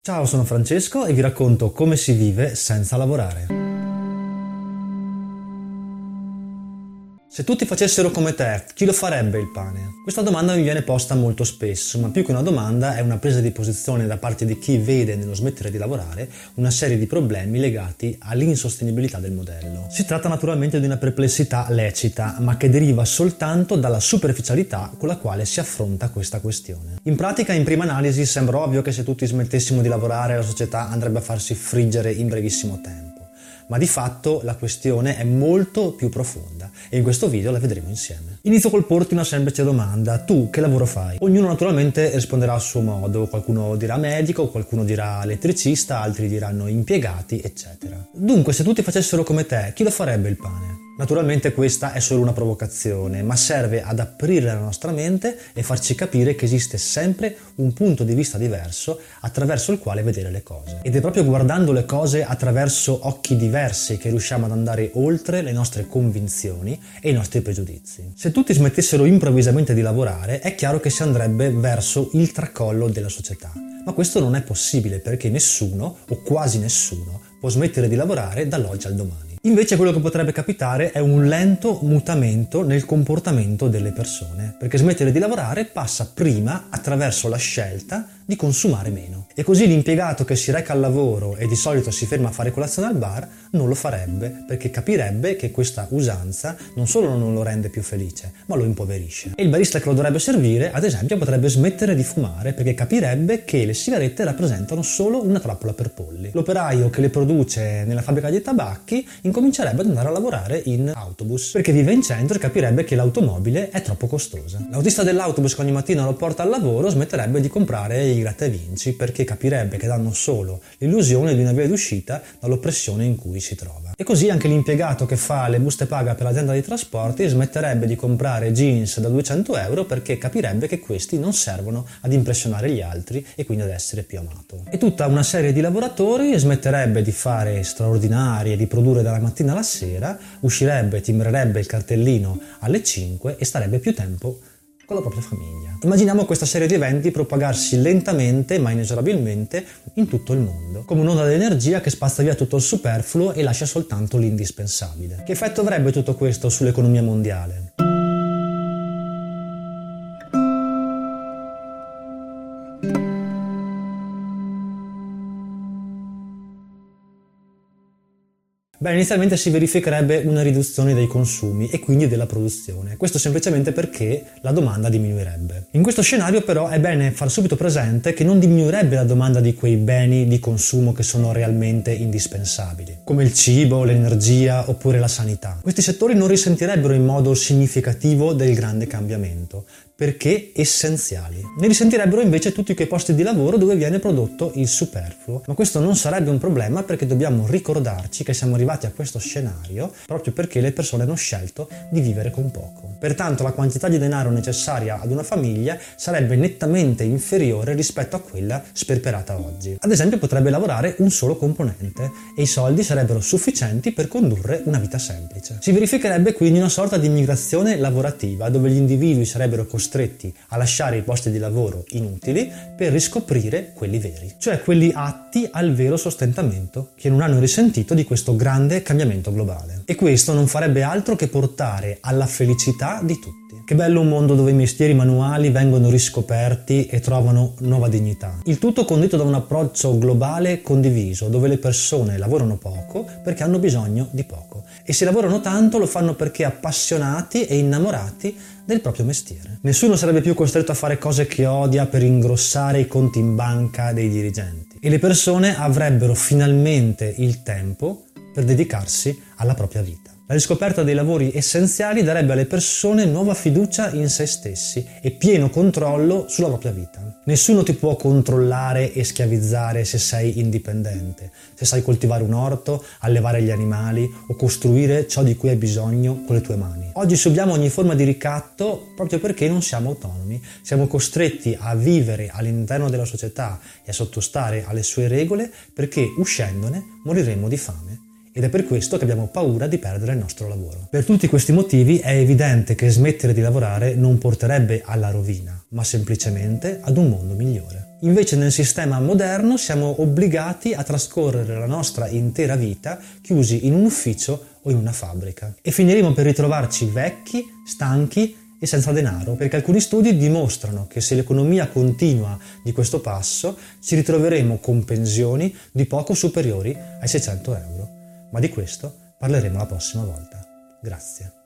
Ciao, sono Francesco e vi racconto come si vive senza lavorare. Se tutti facessero come te, chi lo farebbe il pane? Questa domanda mi viene posta molto spesso, ma più che una domanda è una presa di posizione da parte di chi vede nello smettere di lavorare una serie di problemi legati all'insostenibilità del modello. Si tratta naturalmente di una perplessità lecita, ma che deriva soltanto dalla superficialità con la quale si affronta questa questione. In pratica, in prima analisi, sembra ovvio che se tutti smettessimo di lavorare, la società andrebbe a farsi friggere in brevissimo tempo. Ma di fatto la questione è molto più profonda e in questo video la vedremo insieme. Inizio col porti una semplice domanda: tu che lavoro fai? Ognuno naturalmente risponderà a suo modo, qualcuno dirà medico, qualcuno dirà elettricista, altri diranno impiegati, eccetera. Dunque, se tutti facessero come te, chi lo farebbe il pane? Naturalmente questa è solo una provocazione, ma serve ad aprire la nostra mente e farci capire che esiste sempre un punto di vista diverso attraverso il quale vedere le cose. Ed è proprio guardando le cose attraverso occhi diversi che riusciamo ad andare oltre le nostre convinzioni e i nostri pregiudizi. Se tutti smettessero improvvisamente di lavorare, è chiaro che si andrebbe verso il tracollo della società. Ma questo non è possibile perché nessuno, o quasi nessuno, può smettere di lavorare dall'oggi al domani. Invece quello che potrebbe capitare è un lento mutamento nel comportamento delle persone, perché smettere di lavorare passa prima attraverso la scelta di consumare meno. E così l'impiegato che si reca al lavoro e di solito si ferma a fare colazione al bar non lo farebbe, perché capirebbe che questa usanza non solo non lo rende più felice, ma lo impoverisce. E il barista che lo dovrebbe servire, ad esempio, potrebbe smettere di fumare perché capirebbe che le sigarette rappresentano solo una trappola per polli. L'operaio che le produce nella fabbrica di tabacchi incomincerebbe ad andare a lavorare in autobus perché vive in centro e capirebbe che l'automobile è troppo costosa. L'autista dell'autobus che ogni mattina lo porta al lavoro smetterebbe di comprare i gratta e vinci perché capirebbe che danno solo l'illusione di una via d'uscita dall'oppressione in cui si trova. E così anche l'impiegato che fa le buste paga per l'azienda dei trasporti smetterebbe di comprare jeans da 200 euro perché capirebbe che questi non servono ad impressionare gli altri e quindi ad essere più amato. E tutta una serie di lavoratori smetterebbe di fare straordinari e di produrre dalla mattina alla sera, uscirebbe, timbrerebbe il cartellino alle 5 e starebbe più tempo con la propria famiglia. Immaginiamo questa serie di eventi propagarsi lentamente ma inesorabilmente in tutto il mondo, come un'onda di energia che spazza via tutto il superfluo e lascia soltanto l'indispensabile. Che effetto avrebbe tutto questo sull'economia mondiale? Beh, inizialmente si verificherebbe una riduzione dei consumi e quindi della produzione. Questo semplicemente perché la domanda diminuirebbe. In questo scenario però è bene far subito presente che non diminuirebbe la domanda di quei beni di consumo che sono realmente indispensabili, come il cibo, l'energia oppure la sanità. Questi settori non risentirebbero in modo significativo del grande cambiamento, perché essenziali. Ne risentirebbero invece tutti quei posti di lavoro dove viene prodotto il superfluo, ma questo non sarebbe un problema perché dobbiamo ricordarci che siamo arrivati a questo scenario proprio perché le persone hanno scelto di vivere con poco. Pertanto la quantità di denaro necessaria ad una famiglia sarebbe nettamente inferiore rispetto a quella sperperata oggi. Ad esempio potrebbe lavorare un solo componente e i soldi sarebbero sufficienti per condurre una vita semplice. Si verificherebbe quindi una sorta di migrazione lavorativa dove gli individui sarebbero costretti a lasciare i posti di lavoro inutili per riscoprire quelli veri, cioè quelli atti al vero sostentamento che non hanno risentito di questo grande cambiamento globale. E questo non farebbe altro che portare alla felicità di tutti. Che bello un mondo dove i mestieri manuali vengono riscoperti e trovano nuova dignità. Il tutto condito da un approccio globale condiviso, dove le persone lavorano poco perché hanno bisogno di poco. E se lavorano tanto lo fanno perché appassionati e innamorati del proprio mestiere. Nessuno sarebbe più costretto a fare cose che odia per ingrossare i conti in banca dei dirigenti. E le persone avrebbero finalmente il tempo per dedicarsi alla propria vita. La riscoperta dei lavori essenziali darebbe alle persone nuova fiducia in se stessi e pieno controllo sulla propria vita. Nessuno ti può controllare e schiavizzare se sei indipendente, se sai coltivare un orto, allevare gli animali o costruire ciò di cui hai bisogno con le tue mani. Oggi subiamo ogni forma di ricatto proprio perché non siamo autonomi. Siamo costretti a vivere all'interno della società e a sottostare alle sue regole perché uscendone moriremo di fame. Ed è per questo che abbiamo paura di perdere il nostro lavoro. Per tutti questi motivi è evidente che smettere di lavorare non porterebbe alla rovina, ma semplicemente ad un mondo migliore. Invece nel sistema moderno siamo obbligati a trascorrere la nostra intera vita chiusi in un ufficio o in una fabbrica. E finiremo per ritrovarci vecchi, stanchi e senza denaro, perché alcuni studi dimostrano che se l'economia continua di questo passo ci ritroveremo con pensioni di poco superiori ai 600 euro. Ma di questo parleremo la prossima volta. Grazie.